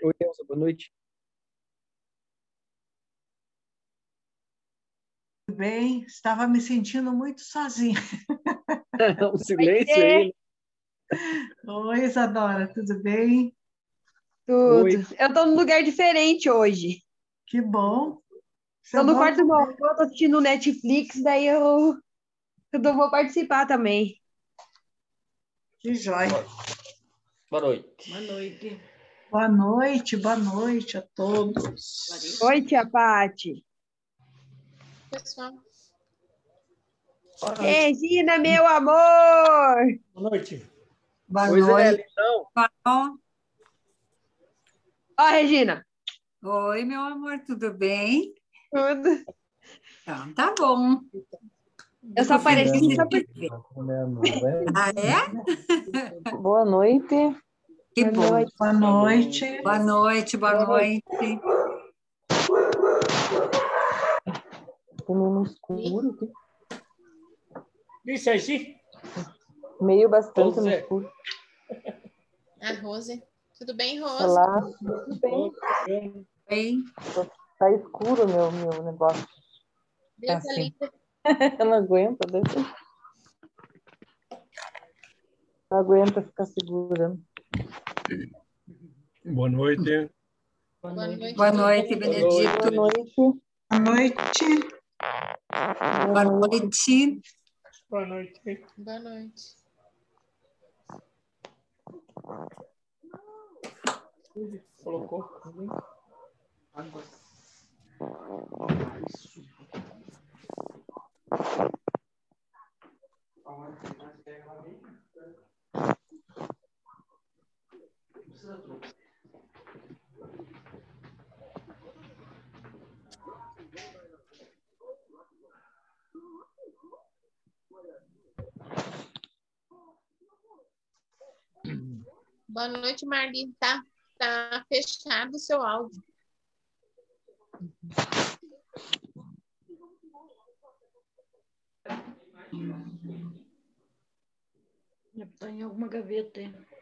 Oi, Elza, boa noite. Tudo bem? Estava me sentindo muito sozinha. Um silêncio aí. Oi, Isadora, tudo bem? Tudo. Oi. Eu tô num lugar diferente hoje. Que bom. Tô no Bom quarto do meu saber. avô, tô assistindo Netflix, daí eu vou participar também. Que jóia. Boa noite. Boa noite. Boa noite a todos. Oi, tia Pati. Pessoal, Regina, meu amor! Boa noite. Boa Oi, Zé, noite. então. Bom, Ó, Regina. oi, meu amor, tudo bem? Tudo. Então, tá bom. Eu só Fico feliz apareci de só te porque... ver. Ah, é? Boa noite. Que Boa bom. noite. Boa noite. Boa noite, boa noite. Tô meio no escuro aqui. Isso aí. Meio bastante no Zé. escuro. a Rose. Tudo bem, Rose? Olá, tudo bem? Oi. Tá escuro meu negócio. Deus Tá é sim. lindo. Eu não aguento, não aguenta ficar segurando. Boa noite. Boa noite. Boa noite, Benedito. Boa noite. Boa noite. Boa noite. Boa noite. Boa noite. Colocou. Boa noite, Marli. Tá fechado o seu áudio. Está em alguma gaveta.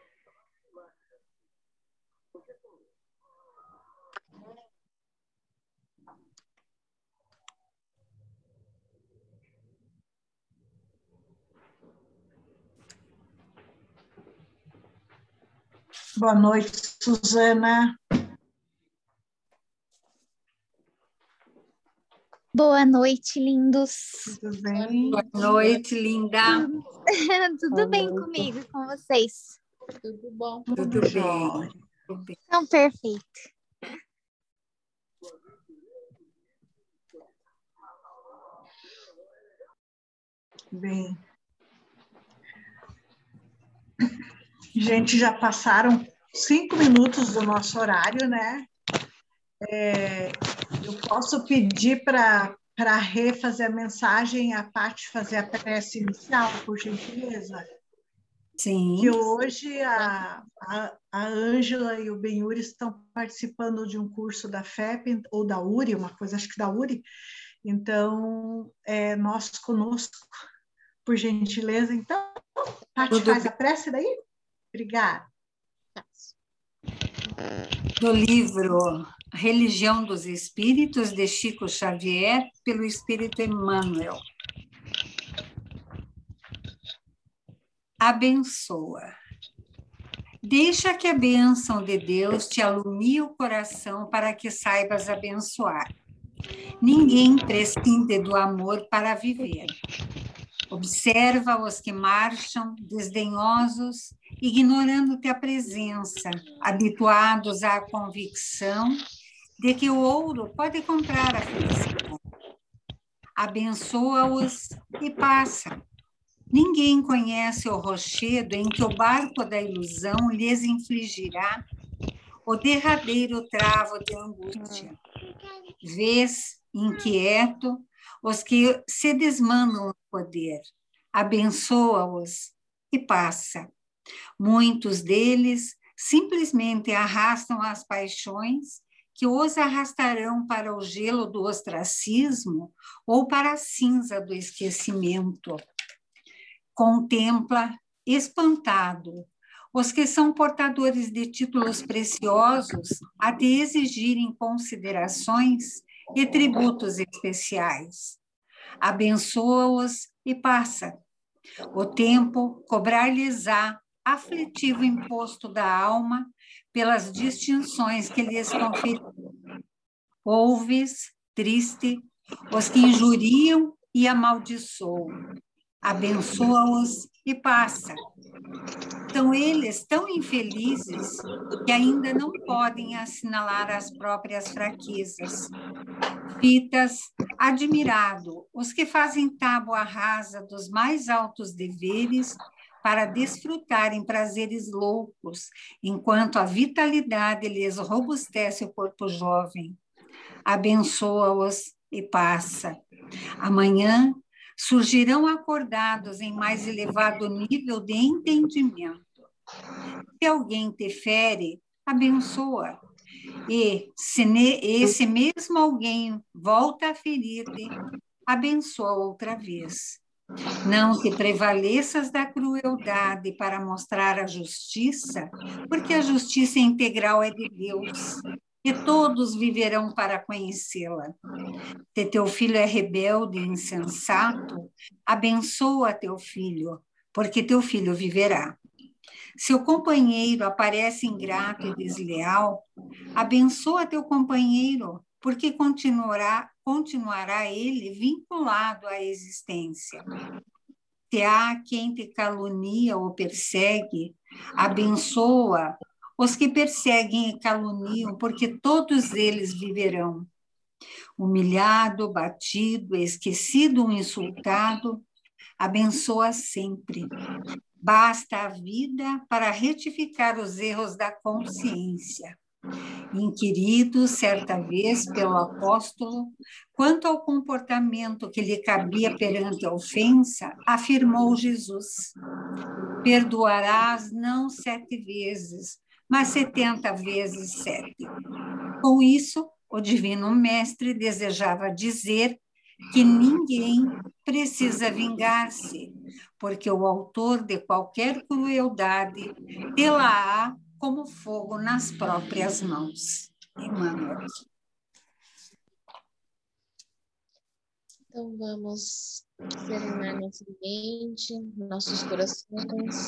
Boa noite, Suzana. Boa noite, lindos. Tudo bem? Boa noite, linda. Tudo bem noite. comigo e com vocês? Tudo bom? Tudo bem. jóia. Tudo bem. Então, perfeito. Bem. Gente, já passaram 5 minutos do nosso horário, né? Eu posso pedir para refazer a mensagem, a Paty fazer a prece inicial, por gentileza? Sim. Que hoje a Ângela e o Benhuri estão participando de um curso da FEP, ou da URI, uma coisa, acho que da URI. Então, nós conosco, por gentileza. Então, Paty faz a prece daí? Obrigada. Do livro Religião dos Espíritos, de Chico Xavier, pelo Espírito Emmanuel. Abençoa. Deixa que a bênção de Deus te alumie o coração para que saibas abençoar. Ninguém prescinde do amor para viver. Observa os que marcham desdenhosos, ignorando-te a presença, habituados à convicção de que o ouro pode comprar a felicidade. Abençoa-os e passa. Ninguém conhece o rochedo em que o barco da ilusão lhes infligirá o derradeiro travo de angústia. Vês, inquieto, os que se desmandam no poder. Abençoa-os e passa. Muitos deles simplesmente arrastam as paixões que os arrastarão para o gelo do ostracismo ou para a cinza do esquecimento. Contempla, espantado, os que são portadores de títulos preciosos há de exigirem considerações e tributos especiais. Abençoa-os e passa. O tempo cobrar-lhes-á aflitivo imposto da alma pelas distinções que lhes conferiu. Ouves, triste, os que injuriam e amaldiçoam. Abençoa-os e passa. São eles tão infelizes que ainda não podem assinalar as próprias fraquezas. Fitas, admirado, os que fazem tábua rasa dos mais altos deveres para desfrutarem prazeres loucos, enquanto a vitalidade lhes robustece o corpo jovem. Abençoa-os e passa. Amanhã surgirão acordados em mais elevado nível de entendimento. Se alguém te fere, abençoa. E se esse mesmo alguém volta a ferir-te, abençoa outra vez. Não que prevaleças da crueldade para mostrar a justiça, porque a justiça integral é de Deus, e todos viverão para conhecê-la. Se teu filho é rebelde e insensato, abençoa teu filho, porque teu filho viverá. Se o companheiro aparece ingrato e desleal, abençoa teu companheiro, porque continuará ele vinculado à existência. Se há quem te calunia ou persegue, abençoa os que perseguem e caluniam, porque todos eles viverão. Humilhado, batido, esquecido ou insultado, abençoa sempre. Basta a vida para retificar os erros da consciência. Inquirido certa vez pelo apóstolo, quanto ao comportamento que lhe cabia perante a ofensa, afirmou Jesus: perdoarás não 7 vezes, mas 70 vezes 7. Com isso, o Divino Mestre desejava dizer que ninguém precisa vingar-se, porque o autor de qualquer crueldade tê-la-á como fogo nas próprias mãos. Emmanuel. Então, vamos serenar nossa mente, nossos corações,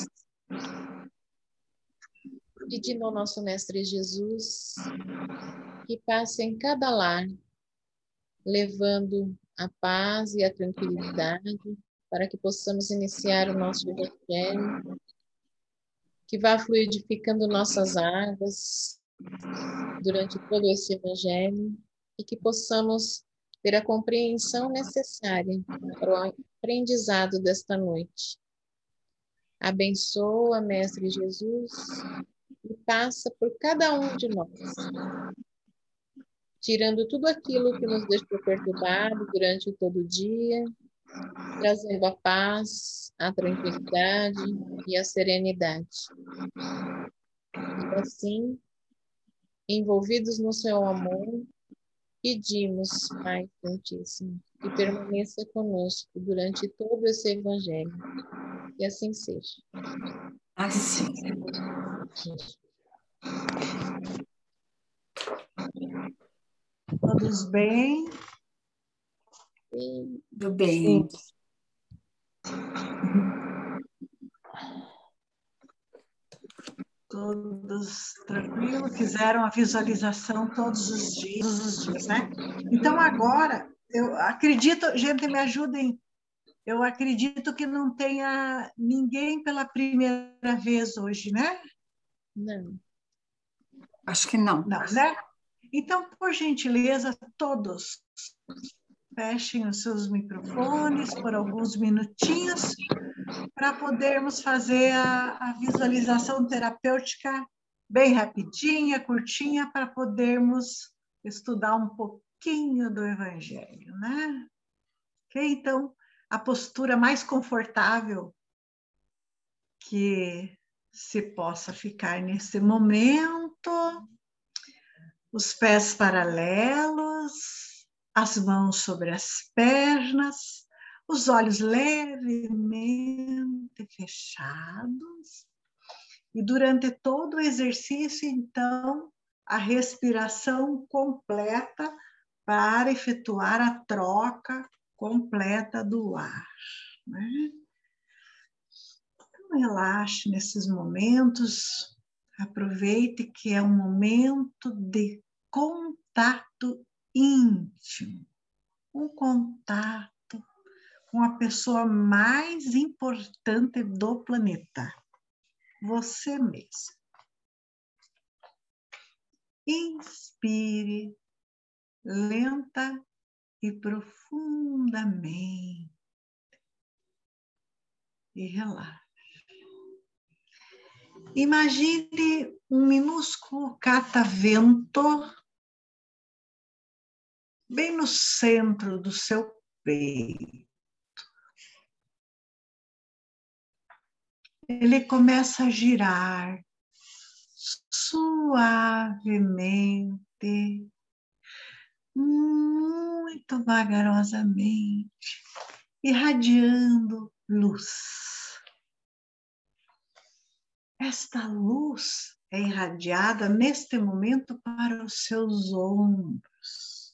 pedindo ao nosso Mestre Jesus que passe em cada lar, levando a paz e a tranquilidade para que possamos iniciar o nosso evangelho, que vá fluidificando nossas águas durante todo esse evangelho e que possamos ter a compreensão necessária para o aprendizado desta noite. Abençoa, Mestre Jesus, e passa por cada um de nós, tirando tudo aquilo que nos deixou perturbado durante todo o dia, trazendo a paz, a tranquilidade e a serenidade. E assim, envolvidos no seu amor, pedimos, Pai Santíssimo, que permaneça conosco durante todo esse evangelho. E assim seja. Assim. Todos bem? Tudo bem. Todos tranquilos? Fizeram a visualização todos os dias, né? Então, agora, eu acredito, gente, me ajudem. Eu acredito que não tenha ninguém pela primeira vez hoje, né? Não. Acho que não. Não, né? Então, por gentileza, todos fechem os seus microfones por alguns minutinhos para podermos fazer a visualização terapêutica bem rapidinha, curtinha, para podermos estudar um pouquinho do Evangelho, né? Ok? Então, a postura mais confortável que se possa ficar nesse momento, os pés paralelos, as mãos sobre as pernas, os olhos levemente fechados E durante todo o exercício, então, a respiração completa para efetuar a troca completa do ar, né? Então, relaxe nesses momentos, aproveite que é um momento de contato íntimo, um contato com a pessoa mais importante do planeta, você mesmo. Inspire lenta e profundamente e relaxe. Imagine um minúsculo catavento bem no centro do seu peito. Ele começa a girar suavemente, muito vagarosamente, irradiando luz. Esta luz é irradiada neste momento para os seus ombros,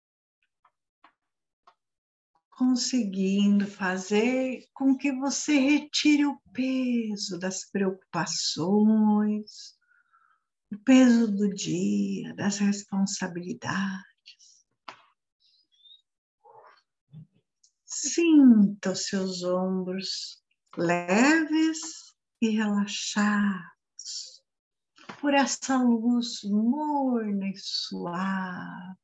conseguindo fazer com que você retire o peso das preocupações, o peso do dia, das responsabilidades. Sinta os seus ombros leves e relaxados por essa luz morna e suave.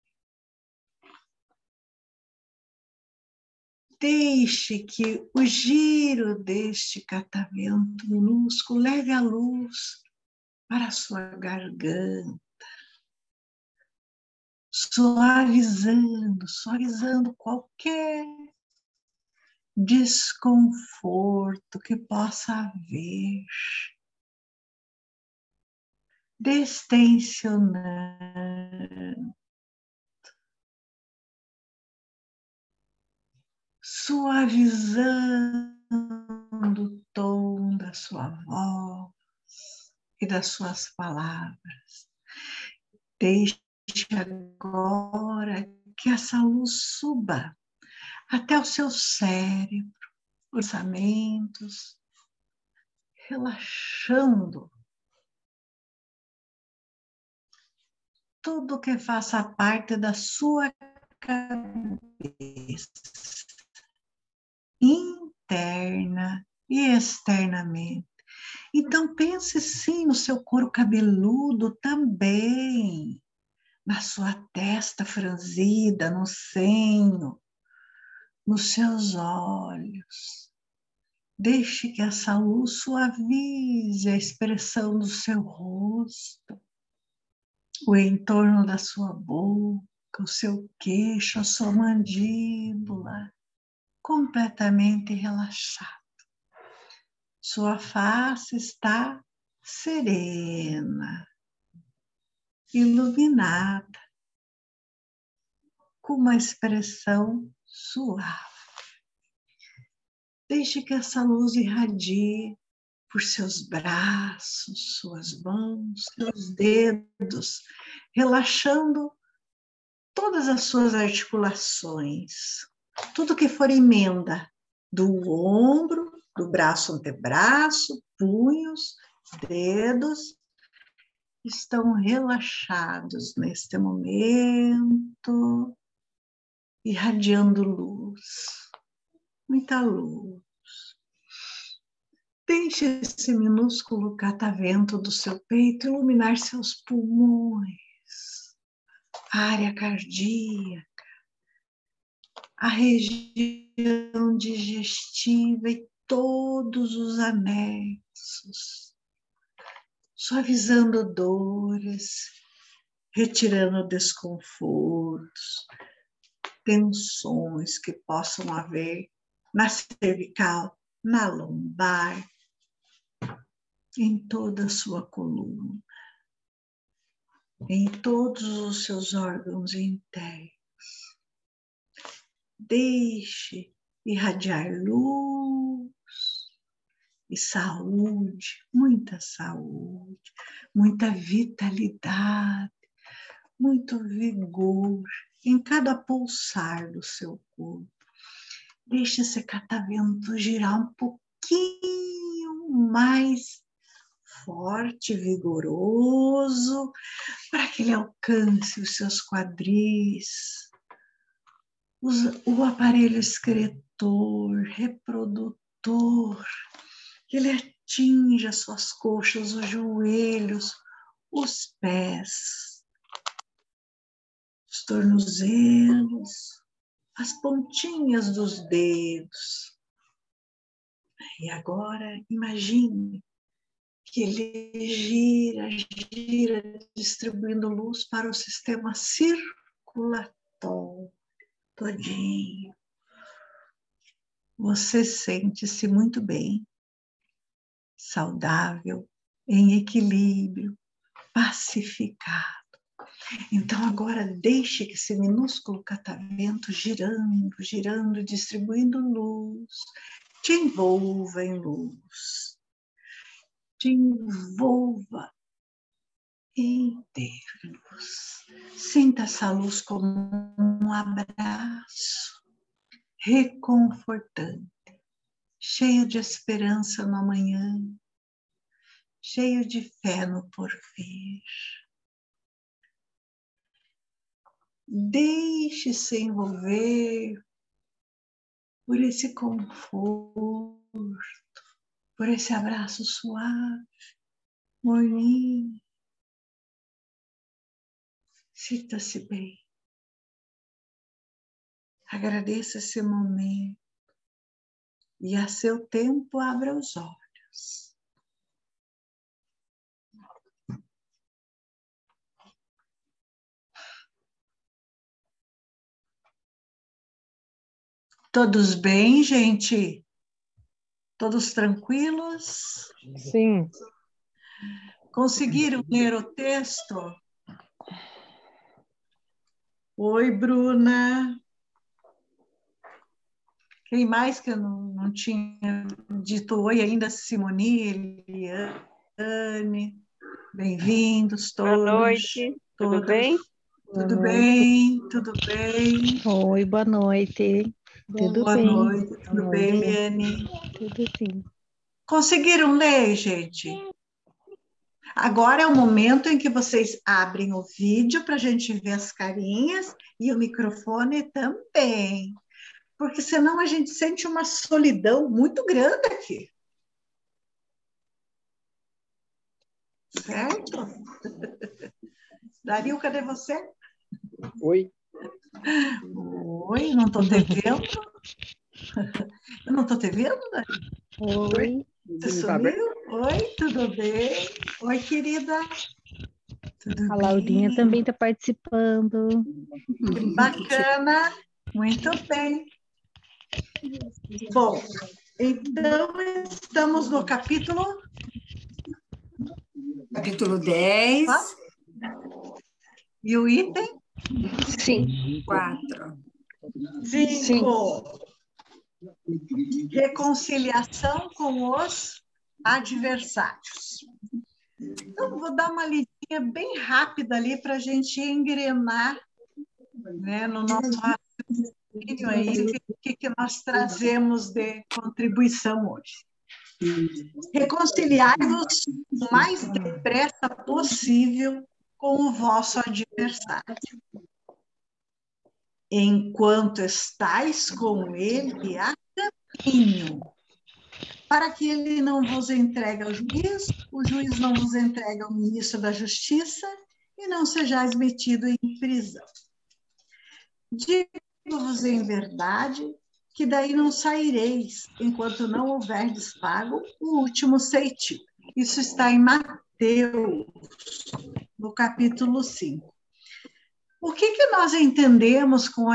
Deixe que o giro deste catavento minúsculo leve a luz para a sua garganta, suavizando qualquer desconforto que possa haver, destensionando, suavizando o tom da sua voz e das suas palavras. Deixe agora que essa luz suba até o seu cérebro, pensamentos, relaxando tudo que faça parte da sua cabeça, interna e externamente. Então pense sim no seu couro cabeludo também, na sua testa franzida, no senho, nos seus olhos. Deixe que essa luz suavize a expressão do seu rosto, o entorno da sua boca, o seu queixo, a sua mandíbula, completamente relaxado. Sua face está serena, iluminada, com uma expressão suave. Deixe que essa luz irradie por seus braços, suas mãos, seus dedos, relaxando todas as suas articulações, tudo que for emenda, do ombro, do braço antebraço, punhos, dedos, estão relaxados neste momento, irradiando luz, muita luz. Deixe esse minúsculo catavento do seu peito iluminar seus pulmões, a área cardíaca, a região digestiva e todos os anexos, suavizando dores, retirando desconfortos, tensões que possam haver na cervical, na lombar, em toda a sua coluna, em todos os seus órgãos internos. Deixe irradiar luz e saúde, muita vitalidade, muito vigor em cada pulsar do seu corpo. Deixe esse catavento girar um pouquinho mais forte, vigoroso, para que ele alcance os seus quadris, o aparelho excretor, reprodutor, que ele atinja suas coxas, os joelhos, os pés, os tornozelos, as pontinhas dos dedos. E agora, imagine que ele gira, distribuindo luz para o sistema circulatório todinho. Você sente-se muito bem, saudável, em equilíbrio, pacificado. Então agora deixe que esse minúsculo catavento girando, distribuindo luz, te envolva em luz. Te envolva inteiro em luz. Sinta essa luz como um abraço reconfortante, cheio de esperança no amanhã, cheio de fé no porvir. Deixe-se envolver por esse conforto, por esse abraço suave, morninho. Sinta-se bem. Agradeça esse momento e a seu tempo abra os olhos. Todos bem, gente? Todos tranquilos? Sim. Conseguiram ler o texto? Oi, Bruna. Quem mais que eu não tinha dito oi ainda? Simone, Eliane. Bem-vindos todos. Boa noite, tudo todas. bem? Tudo bem, tudo bem. Oi, boa noite. Tudo Boa bem? noite, tudo bem, Eliane? Tudo sim. Conseguiram ler, gente? Agora é o momento em que vocês abrem o vídeo para a gente ver as carinhas e o microfone também. Porque senão a gente sente uma solidão muito grande aqui. Certo? Dario, cadê você? Oi. Oi, não estou te vendo. Eu não estou te vendo, Dario? Oi. Você sumiu? Oi, tudo bem? Oi, querida. Tudo A Laurinha bem? também está participando. Que bacana. Muito bem. Bom, então estamos no capítulo 10. E o item? 4. 5. Reconciliação com os adversários. Então, vou dar uma lidinha bem rápida ali para a gente engrenar, né, no nosso raciocínio aí, o que nós trazemos de contribuição hoje. Reconciliai-vos o mais depressa possível com o vosso adversário. Enquanto estáis com ele a caminho, para que ele não vos entregue ao juiz, o juiz não vos entregue ao ministro da Justiça e não sejais metido em prisão. Digo-vos em verdade que daí não saireis, enquanto não houverdes pago o último ceitil. Isso está em Mateus, no capítulo 5. O que nós entendemos com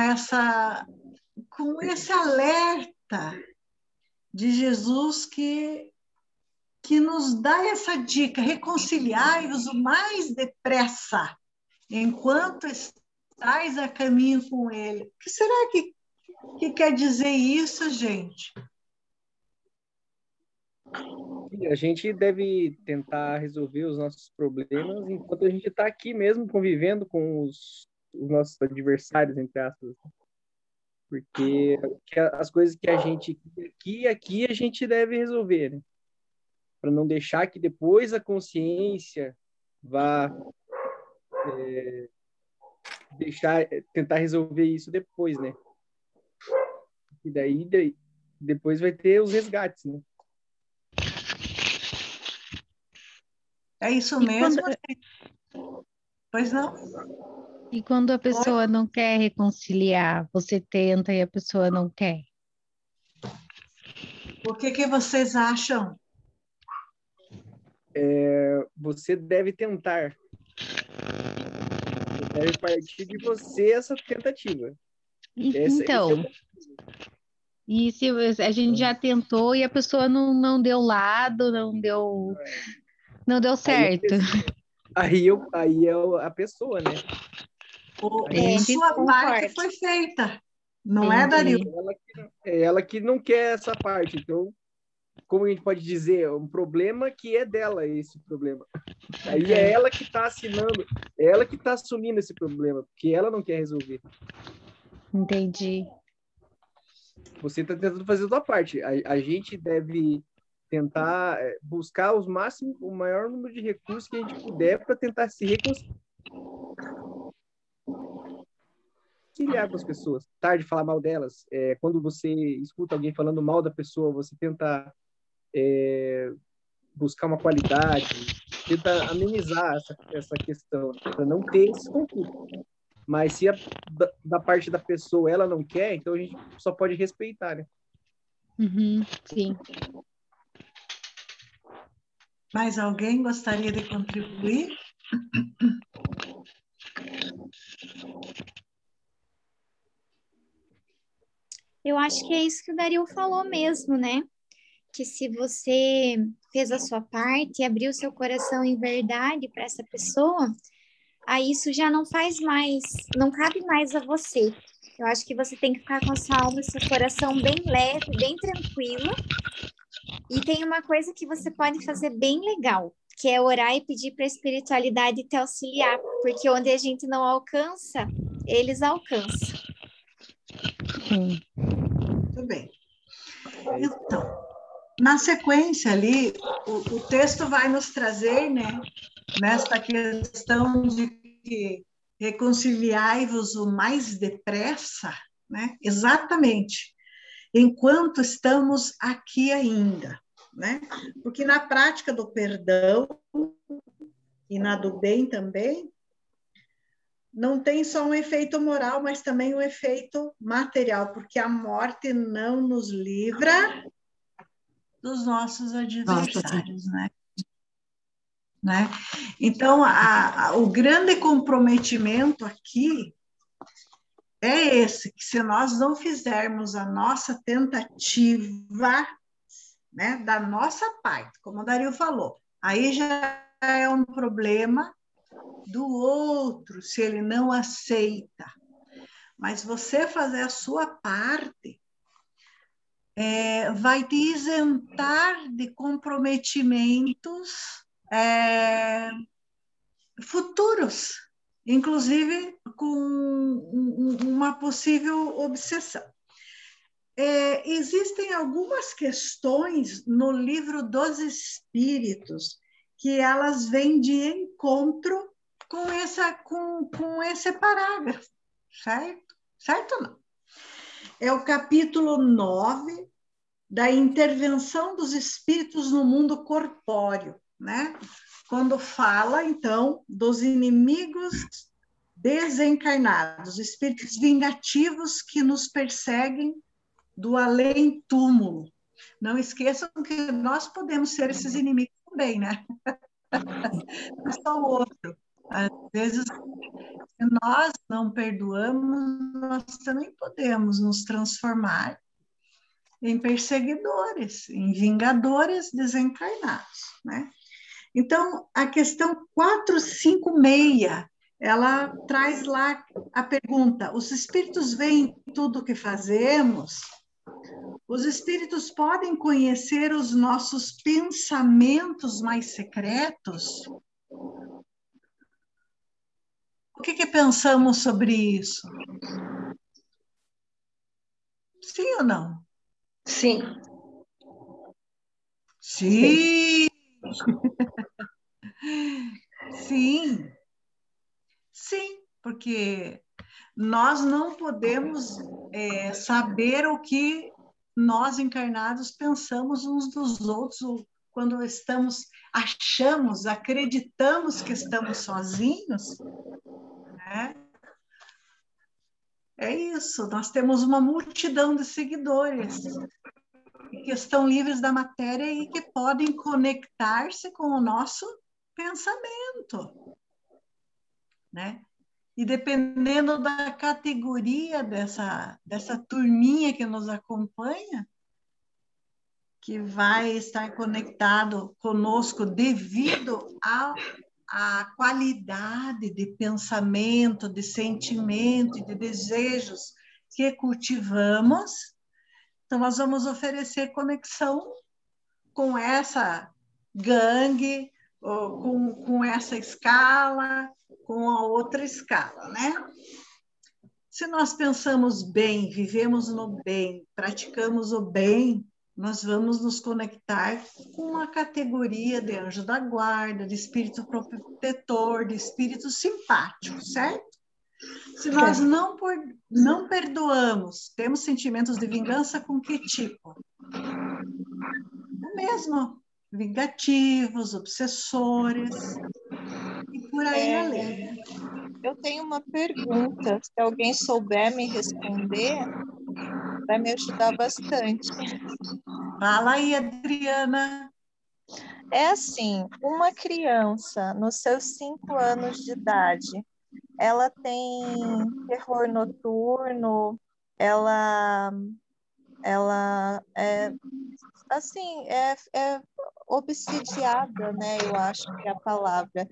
esse alerta de Jesus que nos dá essa dica: reconciliai-vos o mais depressa, enquanto estáis a caminho com ele? O que será que quer dizer isso, gente? E a gente deve tentar resolver os nossos problemas enquanto a gente está aqui mesmo convivendo com os nossos adversários, entre aspas. Porque as coisas que a gente aqui a gente deve resolver, né? Para não deixar que depois a consciência vá tentar resolver isso depois, né? E daí depois vai ter os resgates, né? É isso E mesmo, quando, gente? Pois não? e quando a pessoa não quer reconciliar, você tenta e a pessoa não quer? O que vocês acham? Você deve tentar. Deve partir de você essa tentativa. Então, e se a gente já tentou e a pessoa não deu lado, não deu certo. Aí é a pessoa, né? A sua parte foi feita, não é, Dario? Ela que não quer essa parte. Então, como a gente pode dizer, é um problema que é dela esse problema. Aí é ela que está assinando, é ela que está assumindo esse problema, porque ela não quer resolver. Entendi. Você está tentando fazer a sua parte. A gente deve tentar buscar o maior número de recursos que a gente puder para tentar se reconciliar com as pessoas. Tarde de falar mal delas. Quando você escuta alguém falando mal da pessoa, você tenta buscar uma qualidade, tenta amenizar essa questão, para não ter esse conflito. Mas se da parte da pessoa ela não quer, então a gente só pode respeitar, né? Sim. Mais alguém gostaria de contribuir? Eu acho que é isso que o Dario falou mesmo, né? Que se você fez a sua parte e abriu seu coração em verdade para essa pessoa, aí isso já não faz mais, não cabe mais a você. Eu acho que você tem que ficar com a sua alma e seu coração bem leve, bem tranquila. E tem uma coisa que você pode fazer bem legal, que é orar e pedir para a espiritualidade te auxiliar, porque onde a gente não alcança, eles alcançam. Muito bem. Então, na sequência ali, o texto vai nos trazer, né, nesta questão de que reconciliai-vos o mais depressa, né, exatamente, enquanto estamos aqui ainda, né, porque na prática do perdão e na do bem também, não tem só um efeito moral, mas também um efeito material, porque a morte não nos livra dos nossos adversários, né? Então, o grande comprometimento aqui é esse, que se nós não fizermos a nossa tentativa, né, da nossa parte, como o Dario falou, aí já é um problema do outro, se ele não aceita. Mas você fazer a sua parte vai te isentar de comprometimentos futuros, inclusive com uma possível obsessão. Existem algumas questões no livro dos Espíritos que elas vêm de encontro com esse parágrafo, certo? Certo ou não? É o capítulo 9 da intervenção dos espíritos no mundo corpóreo, né? Quando fala, então, dos inimigos desencarnados, espíritos vingativos que nos perseguem do além-túmulo. Não esqueçam que nós podemos ser esses inimigos também, né? Não é só o outro. Às vezes, se nós não perdoamos, nós também podemos nos transformar em perseguidores, em vingadores desencarnados, né? Então, a questão 456, ela traz lá a pergunta: os espíritos veem tudo o que fazemos? Os espíritos podem conhecer os nossos pensamentos mais secretos? O que pensamos sobre isso? Sim ou não? Sim. Sim! Sim! Sim, porque nós não podemos saber o que nós encarnados pensamos uns dos outros, ou quando achamos, acreditamos que estamos sozinhos, né? É isso, nós temos uma multidão de seguidores que estão livres da matéria e que podem conectar-se com o nosso pensamento, né? E dependendo da categoria dessa turminha que nos acompanha, que vai estar conectado conosco devido à qualidade de pensamento, de sentimento e de desejos que cultivamos, então nós vamos oferecer conexão com essa gangue, ou com essa escala, com a outra escala, né? Se nós pensamos bem, vivemos no bem, praticamos o bem, nós vamos nos conectar com uma categoria de anjo da guarda, de espírito protetor, de espírito simpático, certo? Se nós não perdoamos, temos sentimentos de vingança com que tipo? O mesmo, vingativos, obsessores, e por aí além. Eu tenho uma pergunta, se alguém souber me responder, vai me ajudar bastante. Fala aí, Adriana. É assim, uma criança nos seus 5 anos de idade, ela tem terror noturno, ela é assim, é obsidiada, né? Eu acho que é a palavra.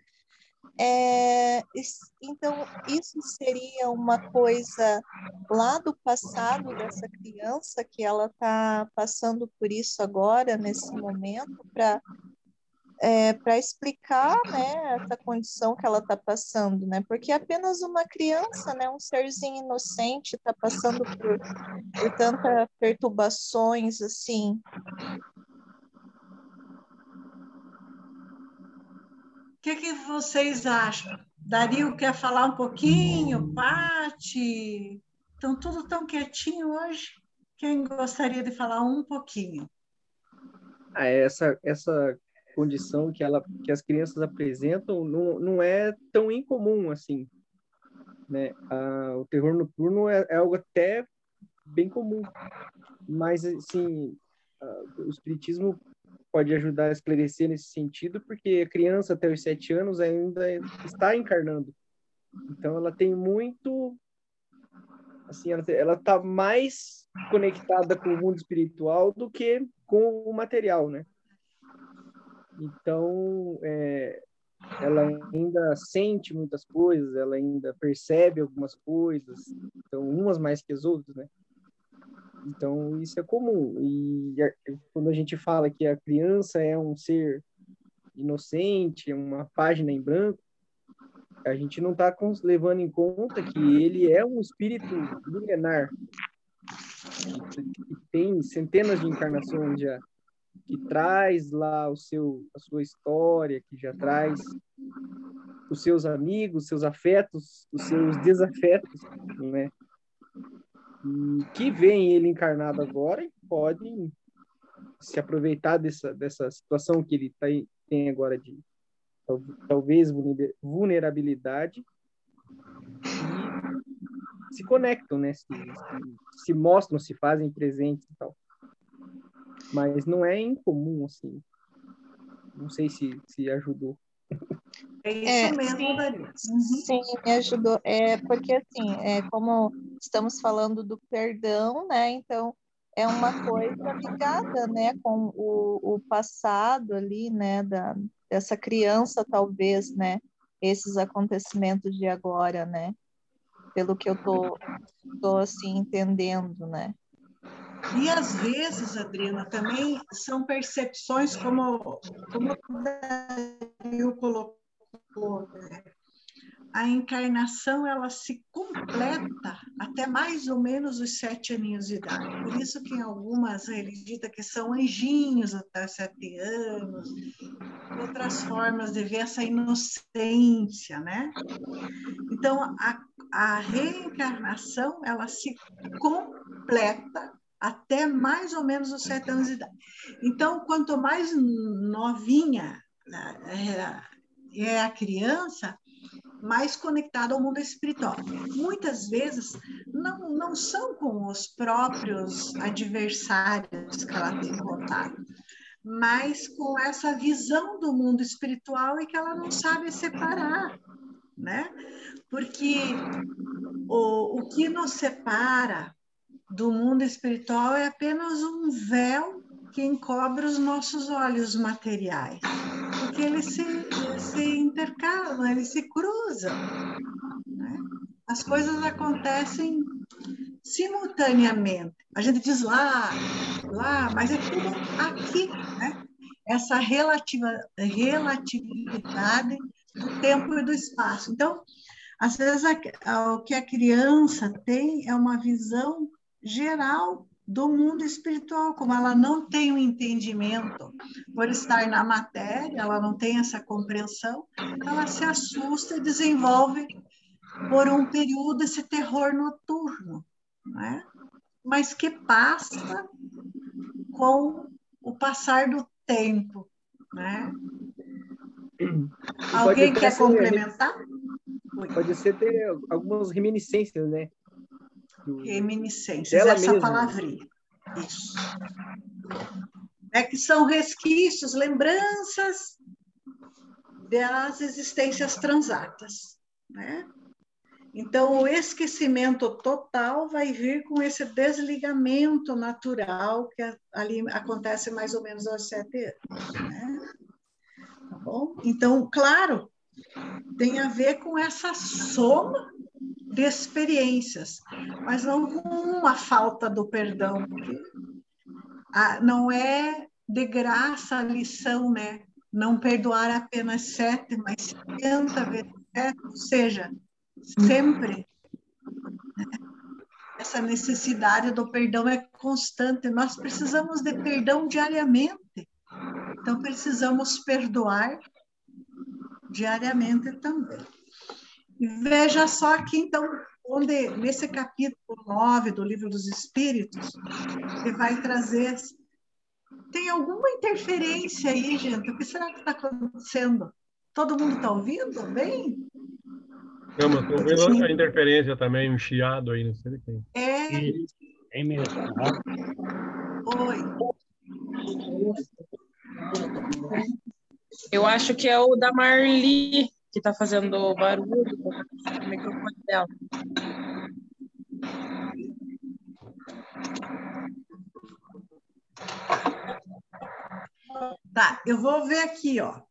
Então, isso seria uma coisa lá do passado dessa criança, que ela está passando por isso agora, nesse momento, para explicar, né, essa condição que ela está passando, né? Porque apenas uma criança, né, um serzinho inocente, está passando por tantas perturbações assim. O que vocês acham? Dario quer falar um pouquinho? Pati? Estão tudo tão quietinho hoje? Quem gostaria de falar um pouquinho? Essa condição que as crianças apresentam não é tão incomum assim, né? O terror noturno é algo até bem comum, mas assim, o espiritismo pode ajudar a esclarecer nesse sentido, porque a criança até os 7 anos ainda está encarnando. Então, ela tem muito... Assim, ela está mais conectada com o mundo espiritual do que com o material, né? Então, ela ainda sente muitas coisas, ela ainda percebe algumas coisas, então, umas mais que as outras, né? Então, isso é comum. E quando a gente fala que a criança é um ser inocente, uma página em branco, a gente não está levando em conta que ele é um espírito milenar, que tem centenas de encarnações já, que traz lá a sua história, que já traz os seus amigos, seus afetos, os seus desafetos, né? E que vem ele encarnado agora e pode se aproveitar dessa situação que ele tem agora de talvez vulnerabilidade e se conectam, né? Se mostram, se fazem presentes e tal. Mas não é incomum, assim. Não sei se ajudou. É isso mesmo, Dani. Sim, me ajudou. Porque, assim, como estamos falando do perdão, né? Então, é uma coisa ligada, né? Com o passado ali, né? Dessa criança, talvez, né? Esses acontecimentos de agora, né? Pelo que eu tô assim, entendendo, né? E às vezes, Adriana, também são percepções como o Dario colocou, né? A encarnação, ela se completa até mais ou menos os 7 aninhos de idade. Por isso que em algumas religiões que são anjinhos até 7 anos, outras formas de ver essa inocência, né? Então, a reencarnação, ela se completa até mais ou menos os 7 anos de idade. Então, quanto mais novinha é a criança, mais conectada ao mundo espiritual. Muitas vezes não são com os próprios adversários que ela tem contato, mas com essa visão do mundo espiritual e que ela não sabe separar, né? Porque o que nos separa do mundo espiritual é apenas um véu que encobre os nossos olhos materiais, porque eles se intercalam, eles se cruzam, né? As coisas acontecem simultaneamente. A gente diz lá, mas é tudo aqui, né? Essa relatividade do tempo e do espaço. Então, às vezes, o que a criança tem é uma visão geral do mundo espiritual, como ela não tem o entendimento por estar na matéria, ela não tem essa compreensão, ela se assusta e desenvolve por um período esse terror noturno, né? Mas que passa com o passar do tempo, né? Alguém quer complementar? Pode ser ter algumas reminiscências, né? Reminiscências, essa mesma. palavrinha. Isso. É que são resquícios, lembranças das existências transatas, né? Então, o esquecimento total vai vir com esse desligamento natural que ali acontece mais ou menos aos 7 anos, né? Tá bom? Então, claro, tem a ver com essa soma de experiências, mas não com uma falta do perdão, porque não é de graça a lição, né? Não perdoar apenas 7, mas 70 vezes 7, ou seja, sempre. Essa necessidade do perdão é constante, nós precisamos de perdão diariamente, então precisamos perdoar diariamente também. E veja só aqui, então, onde, nesse capítulo 9 do Livro dos Espíritos, ele vai trazer... Tem alguma interferência aí, gente? O que será que está acontecendo? Todo mundo está ouvindo bem? Não, mas estou vendo a interferência também, um chiado aí, não sei de quem. É mesmo. Oi. Eu acho que é o da Marli que está fazendo barulho no microfone dela. Tá, eu vou ver aqui, ó.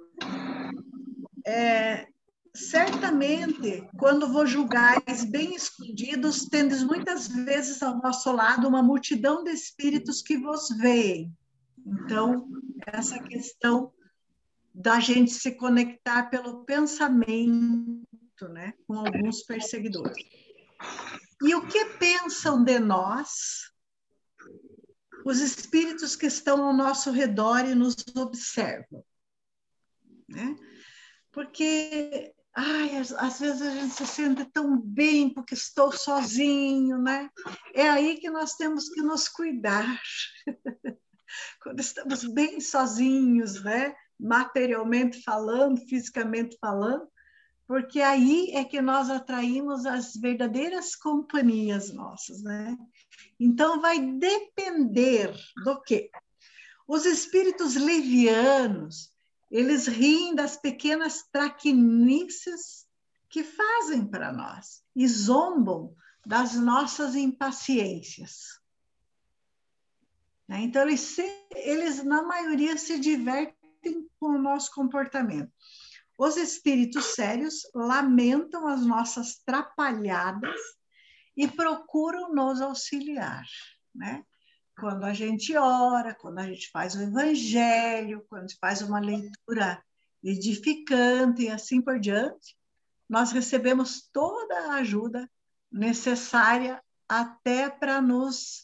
Certamente, quando vos julgais bem escondidos, tendes muitas vezes ao nosso lado uma multidão de espíritos que vos veem. Então, essa questão da gente se conectar pelo pensamento, né, com alguns perseguidores. E o que pensam de nós os espíritos que estão ao nosso redor e nos observam, né? Porque, às vezes a gente se sente tão bem porque estou sozinho, né? É aí que nós temos que nos cuidar. Quando estamos bem sozinhos, né? Materialmente falando, fisicamente falando, porque aí é que nós atraímos as verdadeiras companhias nossas, né? Então, vai depender do quê? Os espíritos levianos, eles riem das pequenas traquinices que fazem para nós e zombam das nossas impaciências. Então, eles, na maioria, se divertem com o nosso comportamento. Os espíritos sérios lamentam as nossas trapalhadas e procuram nos auxiliar, né? quando a gente ora, quando a gente faz o evangelho, quando a gente faz uma leitura edificante e assim por diante, nós recebemos toda a ajuda necessária até para nos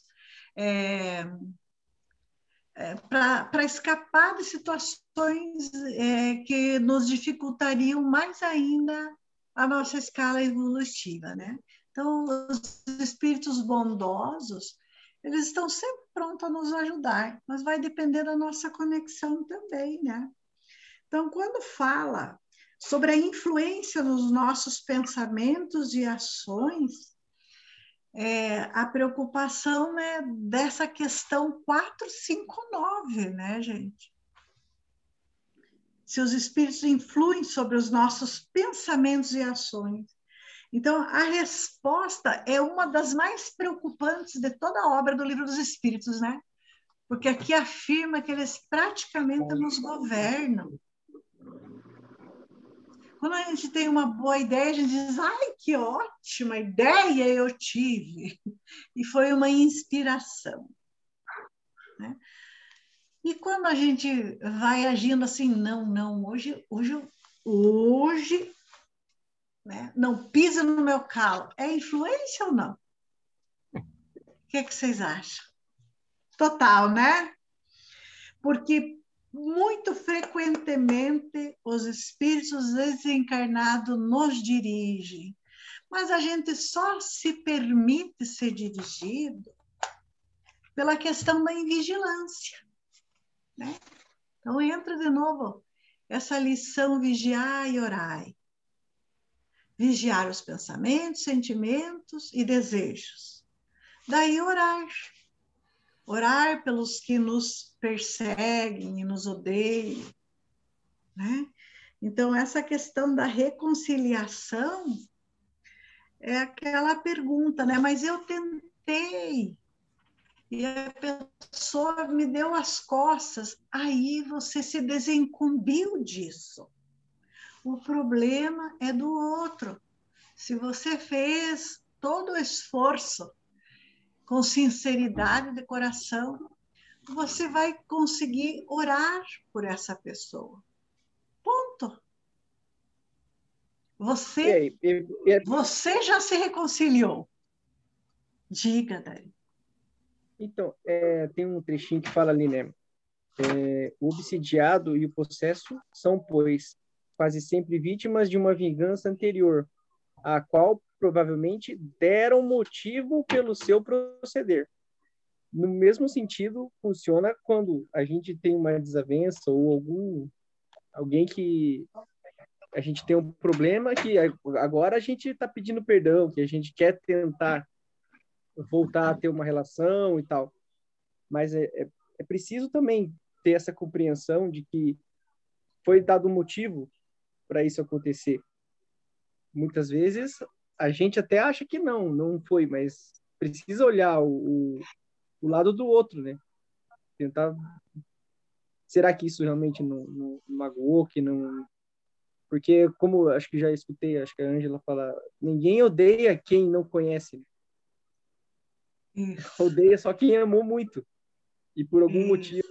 para escapar de situações que nos dificultariam mais ainda a nossa escala evolutiva, né? Então, os espíritos bondosos, eles estão sempre prontos a nos ajudar, mas vai depender da nossa conexão também, né? Então, quando fala sobre a influência nos nossos pensamentos e ações, a preocupação é dessa questão 459, né, gente? Se os espíritos influem sobre os nossos pensamentos e ações. Então, a resposta é uma das mais preocupantes de toda a obra do Livro dos Espíritos, né? Porque aqui afirma que eles praticamente nos governam. Quando a gente tem uma boa ideia, a gente diz, ai, que ótima ideia eu tive. E foi uma inspiração, né? E quando a gente vai agindo assim, não, hoje, né? Não pisa no meu calo. É influência ou não? O que vocês acham? Total, né? Porque muito frequentemente os espíritos desencarnados nos dirigem, mas a gente só se permite ser dirigido pela questão da invigilância, né? Então entra de novo essa lição vigiai e orai. Vigiar os pensamentos, sentimentos e desejos. Daí orar. Orar pelos que nos perseguem e nos odeiam, né? Então, essa questão da reconciliação é aquela pergunta, né? Mas eu tentei e a pessoa me deu as costas, aí você se desincumbiu disso. O problema é do outro. Se você fez todo o esforço com sinceridade de coração, você vai conseguir orar por essa pessoa. Ponto. Você já se reconciliou. Diga, Dari. Então, tem um trechinho que fala ali, né? O obsidiado e o possesso são, pois, quase sempre vítimas de uma vingança anterior, a qual provavelmente deram motivo pelo seu proceder. No mesmo sentido, funciona quando a gente tem uma desavença ou alguém que a gente tem um problema que agora a gente está pedindo perdão, que a gente quer tentar voltar a ter uma relação e tal. Mas é preciso também ter essa compreensão de que foi dado um motivo para isso acontecer. Muitas vezes a gente até acha que não foi, mas precisa olhar o lado do outro, né? Tentar... Será que isso realmente não magoou, que não... Porque, como acho que já escutei, acho que a Ângela fala, ninguém odeia quem não conhece. Odeia só quem amou muito. E por algum motivo...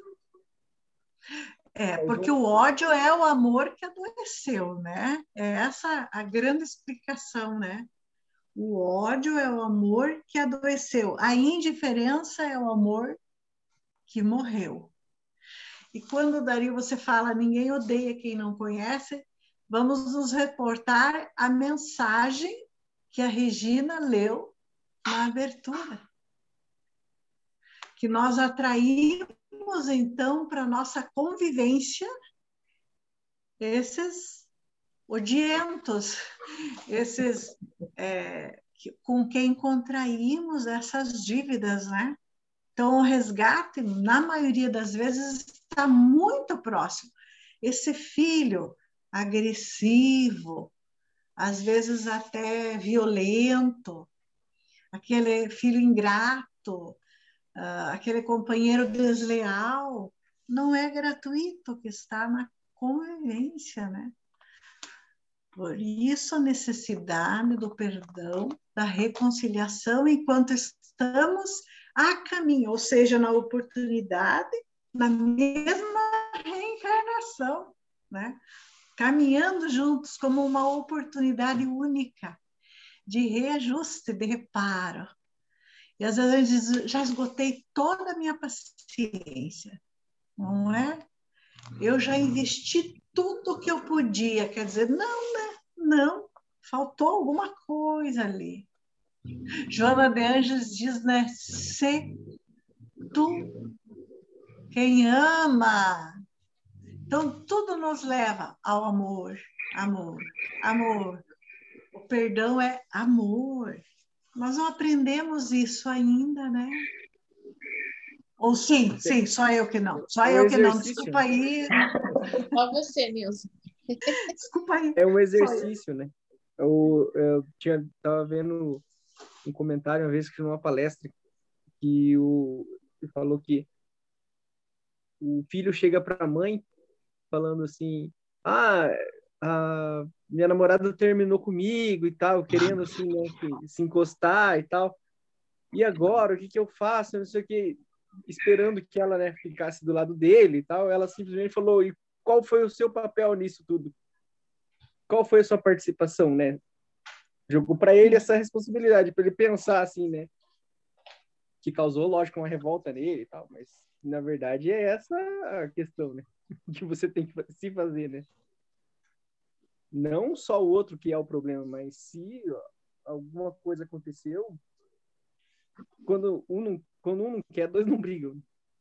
Porque o ódio é o amor que adoeceu, né? É essa a grande explicação, né? O ódio é o amor que adoeceu. A indiferença é o amor que morreu. E quando, Dario, você fala ninguém odeia quem não conhece, vamos nos reportar a mensagem que a Regina leu na abertura. Que nós atraímos, então, para a nossa convivência esses odientos, esses com quem contraímos essas dívidas, né? Então, o resgate, na maioria das vezes, está muito próximo. Esse filho agressivo, às vezes até violento, aquele filho ingrato, aquele companheiro desleal, não é gratuito, que está na convivência, né? Por isso a necessidade do perdão, da reconciliação, enquanto estamos a caminho, ou seja, na oportunidade, na mesma reencarnação, né? Caminhando juntos como uma oportunidade única de reajuste, de reparo. E às vezes eu já esgotei toda a minha paciência, não é? Eu já investi tudo que eu podia, quer dizer, não, né? Não, faltou alguma coisa ali. Joana de Ângeles diz, né? Se tu quem ama. Então, tudo nos leva ao amor, amor, amor. O perdão é amor. Nós não aprendemos isso ainda, né? Ou sim, só eu que não. Só eu que não. Desculpa aí. Só você, Nilson. Desculpa aí. É um exercício, né? Eu estava vendo um comentário uma vez que numa palestra que falou que o filho chega para a mãe falando assim, a minha namorada terminou comigo e tal, querendo assim, né, se encostar e tal. E agora, o que eu faço? Não sei o que, esperando que ela, né, ficasse do lado dele e tal. Ela simplesmente falou, e qual foi o seu papel nisso tudo? Qual foi a sua participação, né? Jogou para ele essa responsabilidade, para ele pensar assim, né? Que causou, lógico, uma revolta nele e tal, mas na verdade é essa a questão, né? Que você tem que se fazer, né? Não só o outro que é o problema, mas se alguma coisa aconteceu, quando um não quer, dois não brigam.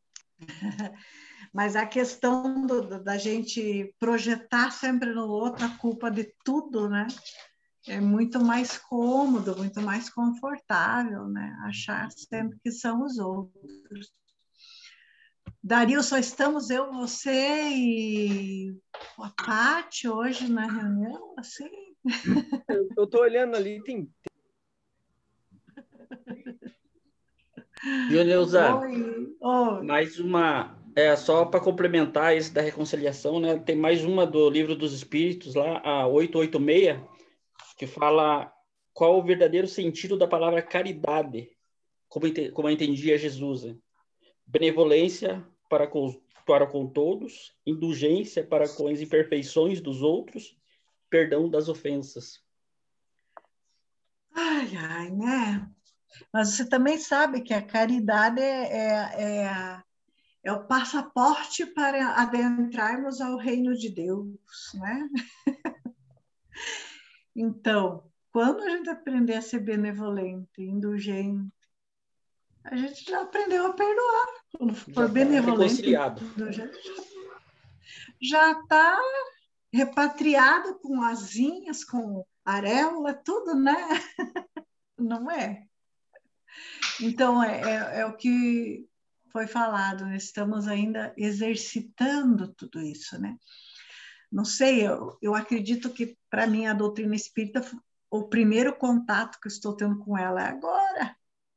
Mas a questão da gente projetar sempre no outro a culpa de tudo, né? É muito mais cômodo, muito mais confortável, né? Achar sempre que são os outros. Dario, só estamos eu, você e a Paty hoje na reunião, assim? Eu tô olhando ali, tem... Viu, Neuza? Oi. Mais uma, só para complementar esse da reconciliação, né? Tem mais uma do Livro dos Espíritos, lá, a 886, que fala qual o verdadeiro sentido da palavra caridade, como entendia Jesus. Né? Benevolência para com todos, indulgência para com as imperfeições dos outros, perdão das ofensas. Ai, né? Mas você também sabe que a caridade é o passaporte para adentrarmos ao reino de Deus, né? Então, quando a gente aprender a ser benevolente, indulgente, a gente já aprendeu a perdoar. Quando for benevolente, já está repatriado com asinhas, com areola, tudo, né? Não é? Então, é o que foi falado, né? Estamos ainda exercitando tudo isso, né? Não sei, eu acredito que, para mim, a doutrina espírita, o primeiro contato que eu estou tendo com ela é agora.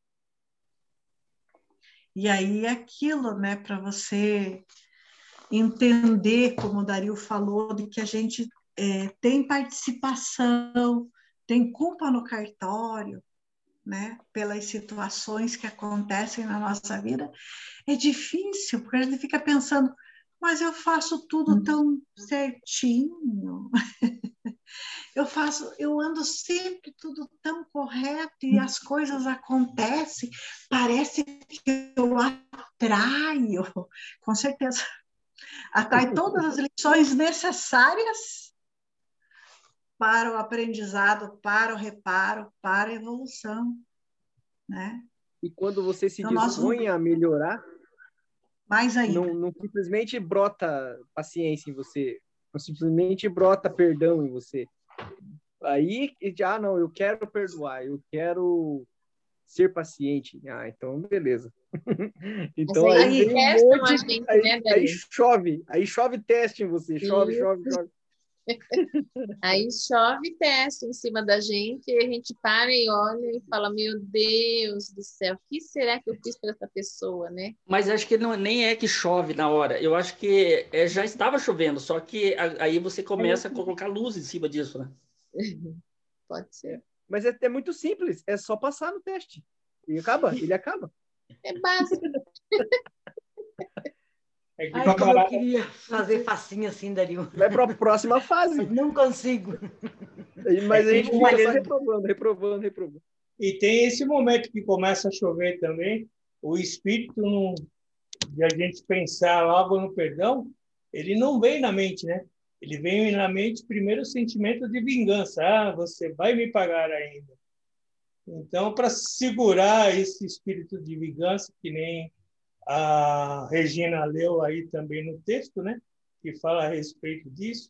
E aí é aquilo, né, para você entender, como o Dario falou, de que a gente tem participação, tem culpa no cartório, né, pelas situações que acontecem na nossa vida, é difícil, porque a gente fica pensando, mas eu faço tudo tão certinho, eu ando sempre tudo tão correto e as coisas acontecem, parece que eu atraio, com certeza, atrai todas as lições necessárias para o aprendizado, para o reparo, para a evolução, né? E quando você se dispõe a melhorar, mais ainda. Não simplesmente brota paciência em você, não simplesmente brota perdão em você. Aí, não, eu quero perdoar, eu quero ser paciente. Então, beleza. Então, aí chove teste em você, chove. Aí chove teste em cima da gente e a gente para e olha e fala, meu Deus do céu, o que será que eu fiz para essa pessoa, né? Mas acho que nem é que chove na hora, eu acho que já estava chovendo, só que aí você começa a colocar luz em cima disso, né? Pode ser. Mas é muito simples, é só passar no teste. Ele acaba. É básico. É que Ai, como eu camarada, queria fazer facinho assim, Dario. Vai para a próxima fase. Não consigo. Mas a É gente que fica só uma- reprovando. E tem esse momento que começa a chover também, o espírito de a gente pensar logo no perdão, ele não vem na mente, né? Ele vem na mente primeiro o sentimento de vingança. Ah, você vai me pagar ainda. Então, para segurar esse espírito de vingança, que nem a Regina leu aí também no texto, né? Que fala a respeito disso,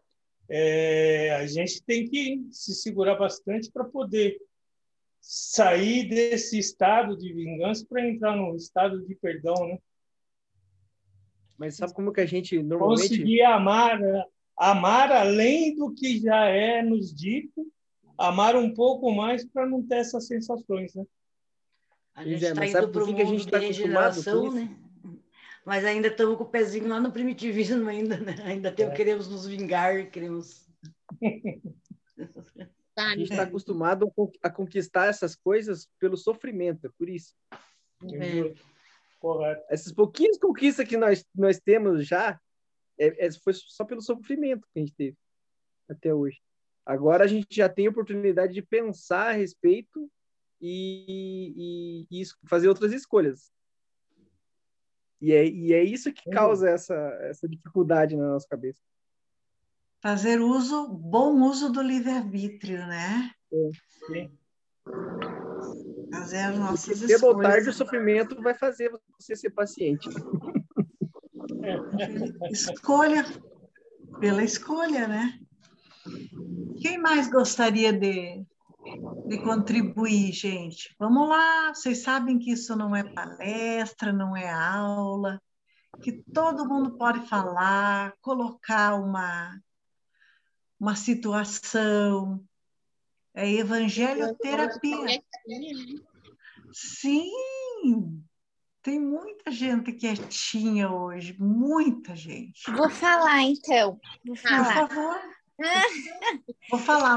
a gente tem que se segurar bastante para poder sair desse estado de vingança para entrar num estado de perdão, né? Mas sabe como que a gente normalmente... Conseguir amar além do que já é nos dito, amar um pouco mais para não ter essas sensações, né? A gente Pois é, está mas indo sabe para por o que que a mundo gente de está acostumado com regeneração, isso? né? Mas ainda estamos com o pezinho lá no primitivismo ainda, né? Ainda queremos nos vingar, queremos... A gente está acostumado a conquistar essas coisas pelo sofrimento, é por isso. Correto. Essas pouquinhas conquistas que nós temos já, foi só pelo sofrimento que a gente teve até hoje. Agora a gente já tem a oportunidade de pensar a respeito e fazer outras escolhas. E é isso que causa essa dificuldade na nossa cabeça. Fazer bom uso do livre-arbítrio, né? Sim. Fazer as nossas Cedo ou tarde o escolhas. sofrimento vai fazer você ser paciente. Escolha pela escolha, né? Quem mais gostaria de contribuir, gente? Vamos lá, vocês sabem que isso não é palestra, não é aula, que todo mundo pode falar, colocar uma situação, é evangelioterapia. Sim, tem muita gente quietinha hoje, muita gente. Vou falar, então. Vou falar. Por favor. Vou falar.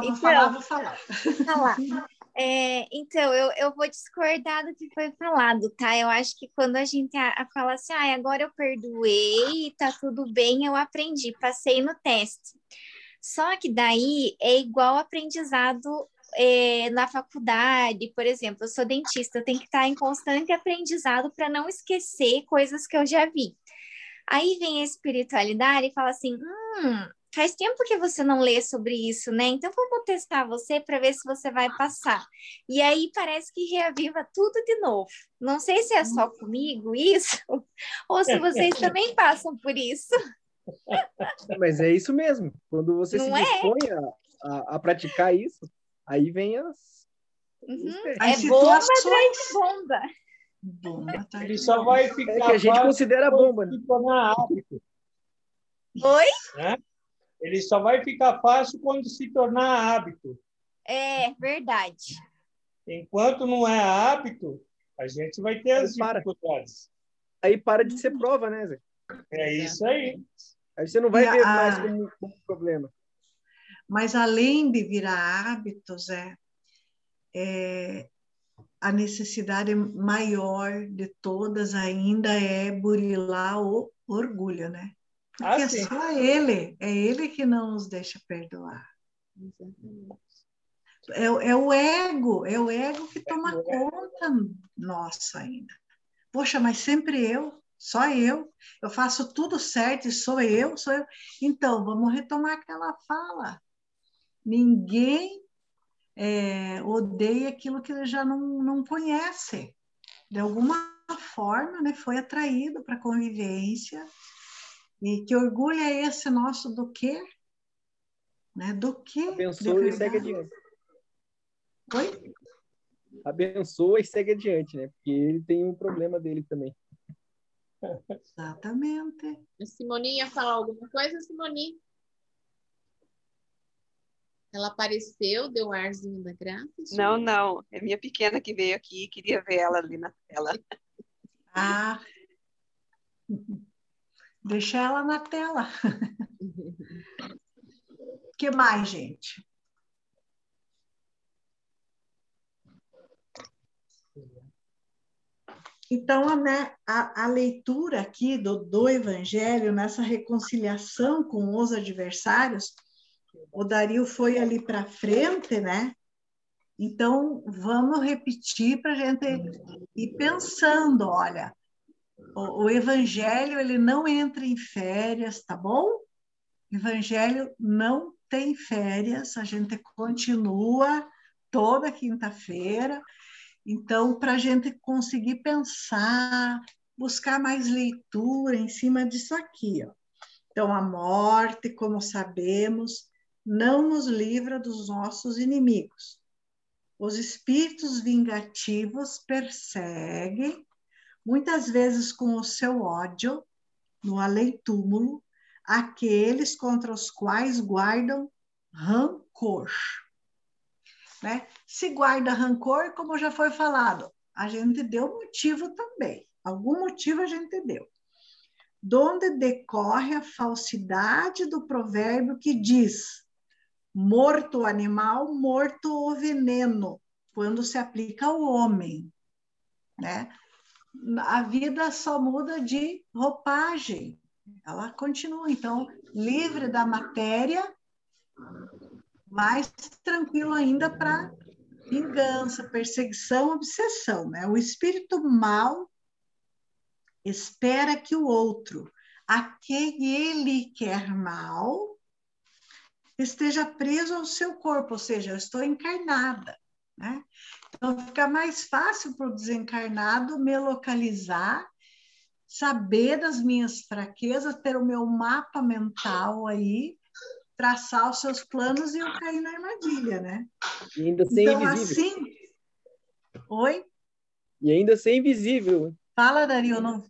Então, eu vou discordar do que foi falado, tá? Eu acho que quando a gente fala assim, agora eu perdoei, tá tudo bem, eu aprendi, passei no teste. Só que daí é igual aprendizado na faculdade, por exemplo, eu sou dentista, eu tenho que estar em constante aprendizado para não esquecer coisas que eu já vi. Aí vem a espiritualidade e fala assim, faz tempo que você não lê sobre isso, né? Então vamos testar você para ver se você vai passar. E aí parece que reaviva tudo de novo. Não sei se é só comigo isso, ou se vocês também passam por isso. Mas é isso mesmo. Quando você não se dispõe a praticar isso, aí vem as... É bomba atrás de bomba. Ele só vai ficar que a gente considera bomba, né? Se tornar hábito. Oi? Né? Ele só vai ficar fácil quando se tornar hábito. É verdade. Enquanto não é hábito, a gente vai ter as dificuldades. Aí para de ser prova, né, Zé? É isso aí. Aí você não vai ver mais como problema. Mas além de virar hábitos, a necessidade maior de todas ainda é burilar o orgulho, né? Porque é só ele que não nos deixa perdoar. É o ego que toma conta nossa ainda. Poxa, mas sempre só eu faço tudo certo e sou eu. Então, vamos retomar aquela fala. Ninguém odeia aquilo que ele já não conhece. De alguma forma, né, foi atraído para a convivência. E que orgulho é esse nosso do quê? Né? Do quê? Abençoa e segue adiante. Oi? Abençoa e segue adiante, né? Porque ele tem um problema dele também. Exatamente. A Simoninha falar alguma coisa, Simoninha? Ela apareceu, deu um arzinho da graça? Não. É minha pequena que veio aqui e queria ver ela ali na tela. Deixa ela na tela. O que mais, gente? Então, a leitura aqui do Evangelho, nessa reconciliação com os adversários, o Dario foi ali para frente, né? Então, vamos repetir para a gente ir pensando, olha, o Evangelho, ele não entra em férias, tá bom? O Evangelho não tem férias, a gente continua toda quinta-feira. Então, para a gente conseguir pensar, buscar mais leitura em cima disso aqui, ó. Então, a morte, como sabemos, não nos livra dos nossos inimigos. Os espíritos vingativos perseguem, muitas vezes com o seu ódio, no além-túmulo, aqueles contra os quais guardam rancor. Né? Se guarda rancor, como já foi falado, a gente deu motivo também. Algum motivo a gente deu. Donde decorre a falsidade do provérbio que diz: morto o animal, morto o veneno, quando se aplica ao homem. Né? A vida só muda de roupagem. Ela continua, então, livre da matéria, mais tranquilo ainda para vingança, perseguição, obsessão, né? O espírito mau espera que o outro, a quem ele quer mal, esteja preso ao seu corpo, ou seja, eu estou encarnada, né? Então fica mais fácil para o desencarnado me localizar, saber das minhas fraquezas, ter o meu mapa mental aí, traçar os seus planos e eu cair na armadilha, né? E ainda ser então, invisível. assim... Oi? E ainda ser invisível. Fala, Dario. Não...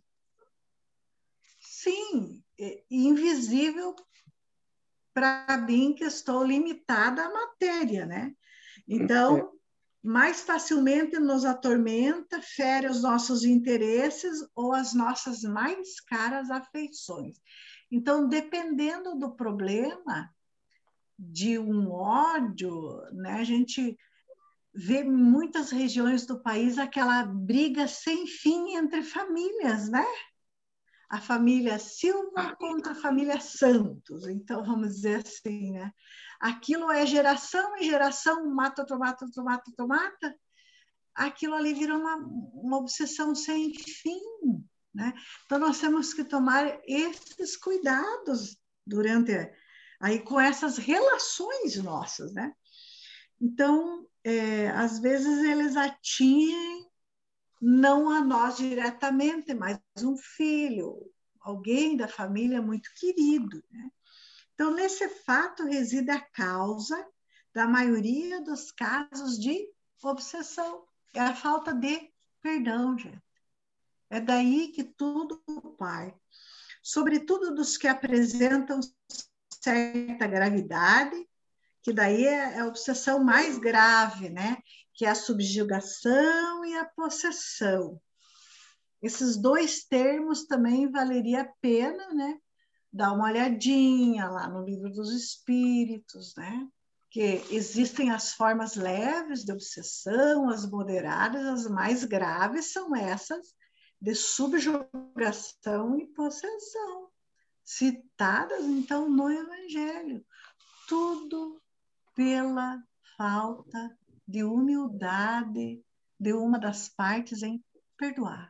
Sim, invisível para mim que estou limitada à matéria, né? Então, mais facilmente nos atormenta, fere os nossos interesses ou as nossas mais caras afeições. Então, dependendo do problema, de um ódio, né? A gente vê em muitas regiões do país aquela briga sem fim entre famílias, né? A família Silva contra a família Santos, então vamos dizer assim, né? Aquilo é geração em geração, mata, outro mata, outro mata, outro mata. Aquilo ali vira uma obsessão sem fim, né? Então nós temos que tomar esses cuidados durante aí com essas relações nossas, né? Então, às vezes eles atingem não a nós diretamente, mas um filho, alguém da família muito querido, né? Então, nesse fato reside a causa da maioria dos casos de obsessão. É a falta de perdão, gente. É daí que tudo parte. Sobretudo dos que apresentam certa gravidade, que daí é a obsessão mais grave, né? Que é a subjugação e a possessão. Esses dois termos também valeria a pena, né? Dar uma olhadinha lá no Livro dos Espíritos, né? Que existem as formas leves de obsessão, as moderadas, as mais graves são essas de subjugação e possessão, citadas, então, no Evangelho. Tudo pela falta de humildade de uma das partes em perdoar,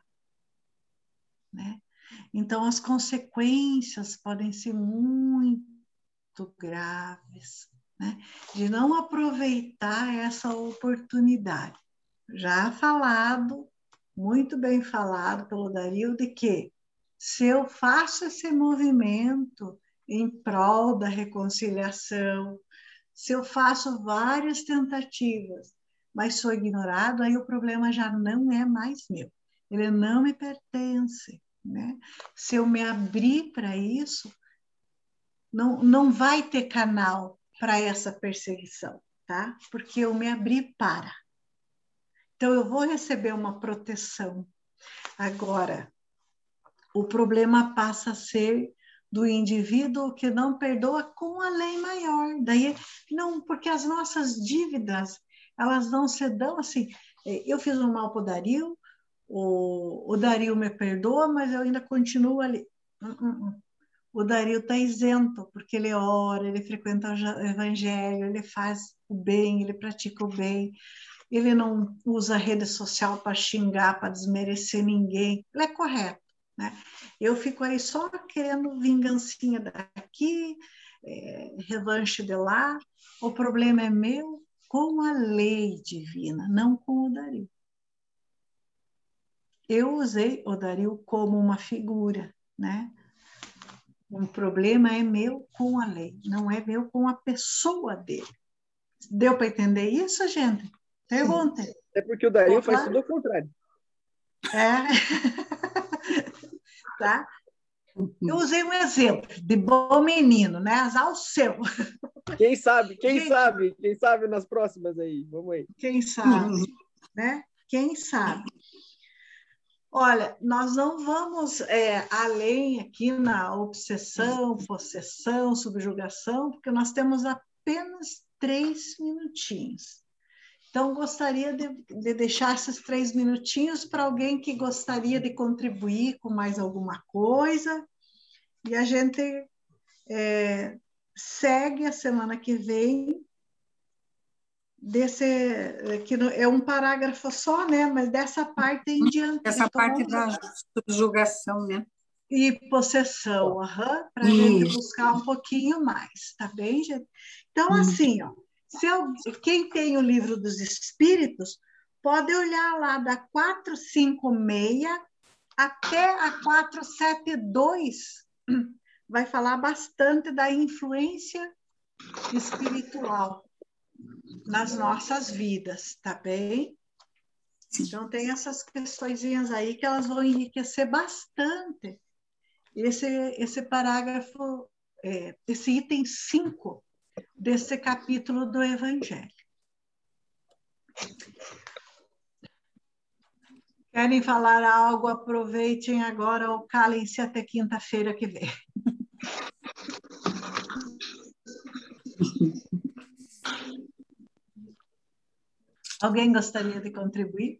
né? Então, as consequências podem ser muito graves, né? De não aproveitar essa oportunidade. Já falado, muito bem falado pelo Dario, de que se eu faço esse movimento em prol da reconciliação, se eu faço várias tentativas, mas sou ignorado, aí o problema já não é mais meu. Ele não me pertence, né? Se eu me abrir para isso, não vai ter canal para essa perseguição, tá? Porque eu me abri para. Então, eu vou receber uma proteção. Agora, o problema passa a ser do indivíduo que não perdoa com a lei maior. Daí, não, porque as nossas dívidas, elas não se dão assim. Eu fiz um mal para o Dario, o Dario me perdoa, mas eu ainda continuo ali. O Dario está isento, porque ele ora, ele frequenta o evangelho, ele faz o bem, ele pratica o bem, ele não usa a rede social para xingar, para desmerecer ninguém, ele é correto, né? Eu fico aí só querendo vingancinha daqui, revanche de lá. O problema é meu com a lei divina, não com o Dario. Eu usei o Dario como uma figura, né? O problema é meu com a lei, não é meu com a pessoa dele. Deu para entender isso, gente? Perguntem. É porque o Dario faz tudo ao contrário. Tá? Eu usei um exemplo de bom menino, né? Azar o seu. Quem sabe nas próximas aí. Vamos aí. Quem sabe, né? Quem sabe. Olha, nós não vamos além aqui na obsessão, possessão, subjugação, porque nós temos apenas 3 minutinhos. Então, gostaria de deixar esses 3 minutinhos para alguém que gostaria de contribuir com mais alguma coisa. E a gente segue a semana que vem. Que é um parágrafo só, né? Mas dessa parte em diante. Essa parte da subjugação, né? E possessão, para a gente buscar um pouquinho mais, tá bem, gente? Então, assim, ó, quem tem o livro dos Espíritos, pode olhar lá da 456 até a 472, vai falar bastante da influência espiritual nas nossas vidas, tá bem? Então, tem essas questõezinhas aí que elas vão enriquecer bastante esse parágrafo, esse item 5 desse capítulo do Evangelho. Querem falar algo? Aproveitem agora ou calem-se até quinta-feira que vem. Alguém gostaria de contribuir?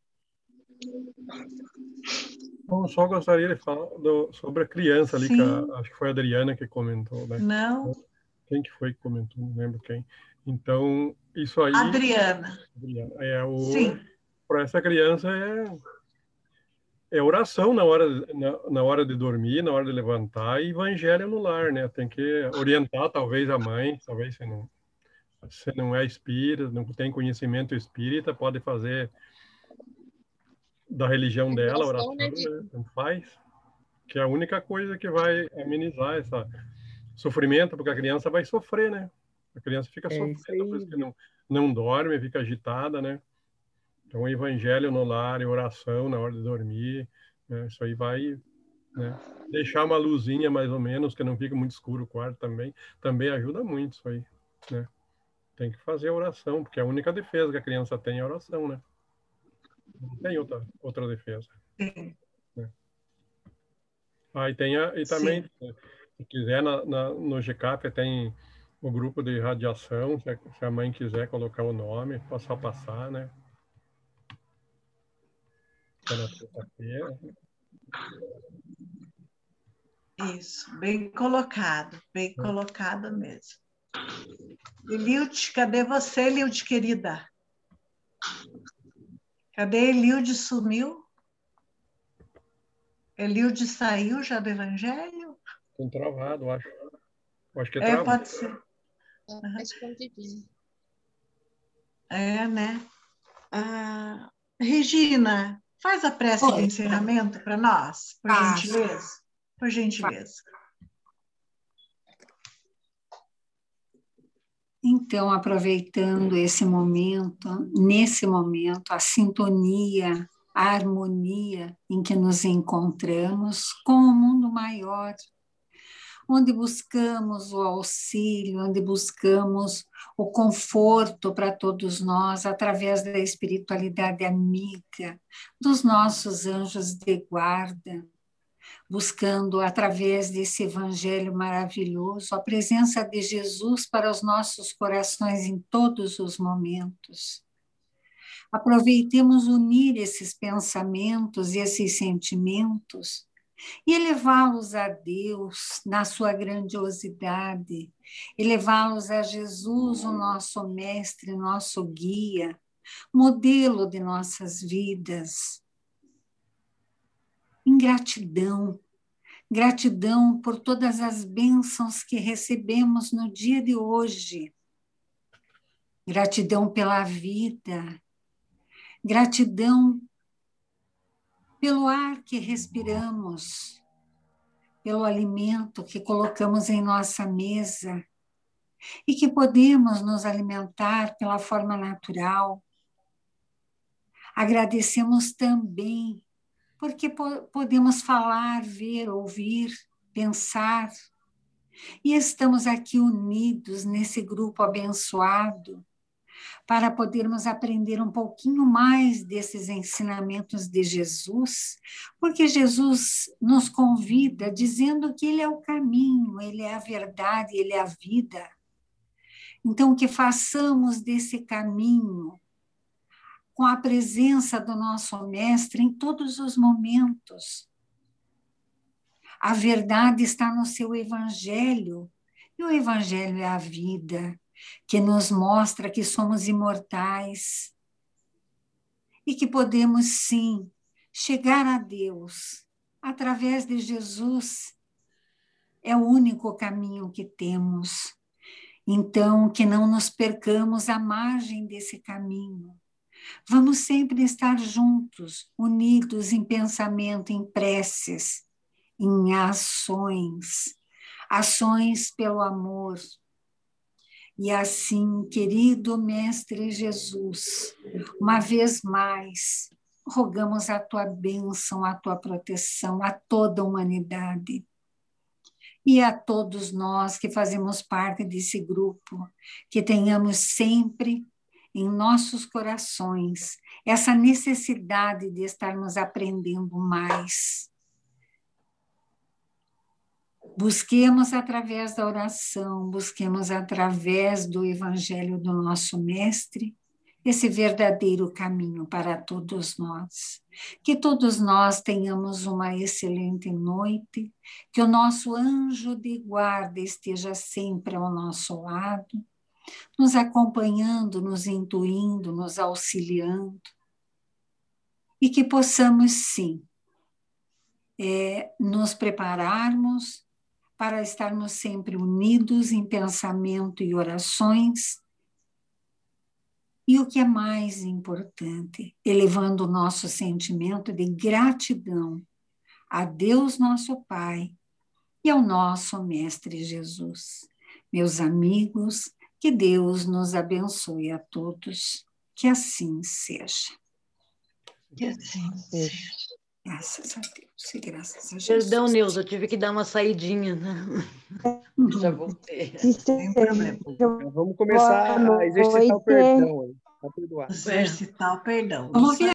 Eu só gostaria de falar sobre a criança ali, acho que foi a Adriana que comentou, né? Não. Quem que foi que comentou? Não lembro quem. Então, isso aí... Adriana. Sim. Para essa criança é oração na hora de dormir, na hora de levantar, e evangelho no lar, né? Tem que orientar, talvez, a mãe, talvez se não é espírita, não tem conhecimento espírita, pode fazer da religião dela, oração, né? Tanto faz, que é a única coisa que vai amenizar esse sofrimento, porque a criança vai sofrer, né? A criança fica sofrendo, por isso que não dorme, fica agitada, né? Então, o evangelho no lar e oração na hora de dormir, né? Isso aí vai, né, deixar uma luzinha mais ou menos, que não fica muito escuro o quarto também ajuda muito isso aí, né? Tem que fazer a oração, porque a única defesa que a criança tem é a oração, né? Não tem outra defesa. Sim. Né? E também, se quiser, no GCAP tem o grupo de radiação, se a mãe quiser colocar o nome, passar, né? Na terça-feira. Isso, bem colocado mesmo. Eliude, cadê você, Eliude, querida? Cadê Eliude? Sumiu? Eliude saiu já do Evangelho? Tem travado, acho. Acho que é travado. Pode ser. Escondidinho. Né? Regina, faz a prece de encerramento para nós, por gentileza. Por gentileza. Então, aproveitando nesse momento, a sintonia, a harmonia em que nos encontramos com o mundo maior, onde buscamos o auxílio, onde buscamos o conforto para todos nós, através da espiritualidade amiga, dos nossos anjos de guarda, buscando, através desse evangelho maravilhoso, a presença de Jesus para os nossos corações em todos os momentos. Aproveitemos unir esses pensamentos e esses sentimentos e elevá-los a Deus na sua grandiosidade, elevá-los a Jesus, o nosso mestre, nosso guia, modelo de nossas vidas. Em gratidão, gratidão por todas as bênçãos que recebemos no dia de hoje. Gratidão pela vida, gratidão pelo ar que respiramos, pelo alimento que colocamos em nossa mesa e que podemos nos alimentar pela forma natural. Agradecemos também porque podemos falar, ver, ouvir, pensar e estamos aqui unidos nesse grupo abençoado para podermos aprender um pouquinho mais desses ensinamentos de Jesus, porque Jesus nos convida dizendo que Ele é o caminho, Ele é a verdade, Ele é a vida. Então, que façamos desse caminho com a presença do nosso Mestre em todos os momentos. A verdade está no seu Evangelho, e o Evangelho é a vida, que nos mostra que somos imortais e que podemos, sim, chegar a Deus através de Jesus. É o único caminho que temos. Então, que não nos percamos à margem desse caminho. Vamos sempre estar juntos, unidos em pensamento, em preces, em ações, ações pelo amor. E assim, querido Mestre Jesus, uma vez mais, rogamos a tua bênção, a tua proteção a toda a humanidade e a todos nós que fazemos parte desse grupo, que tenhamos sempre em nossos corações essa necessidade de estarmos aprendendo mais. Busquemos através da oração, busquemos através do Evangelho do nosso Mestre, esse verdadeiro caminho para todos nós. Que todos nós tenhamos uma excelente noite, que o nosso anjo de guarda esteja sempre ao nosso lado, nos acompanhando, nos intuindo, nos auxiliando, e que possamos, sim, nos prepararmos para estarmos sempre unidos em pensamento e orações, e o que é mais importante, elevando o nosso sentimento de gratidão a Deus nosso Pai e ao nosso Mestre Jesus. Meus amigos, que Deus nos abençoe a todos, que assim seja. Que assim seja. Graças a Deus e graças a Jesus. Perdão, Neuza, eu tive que dar uma saidinha, né? Já voltei. Sem problema. Vamos começar a exercitar o perdão. Exercitar o perdão. Vamos ver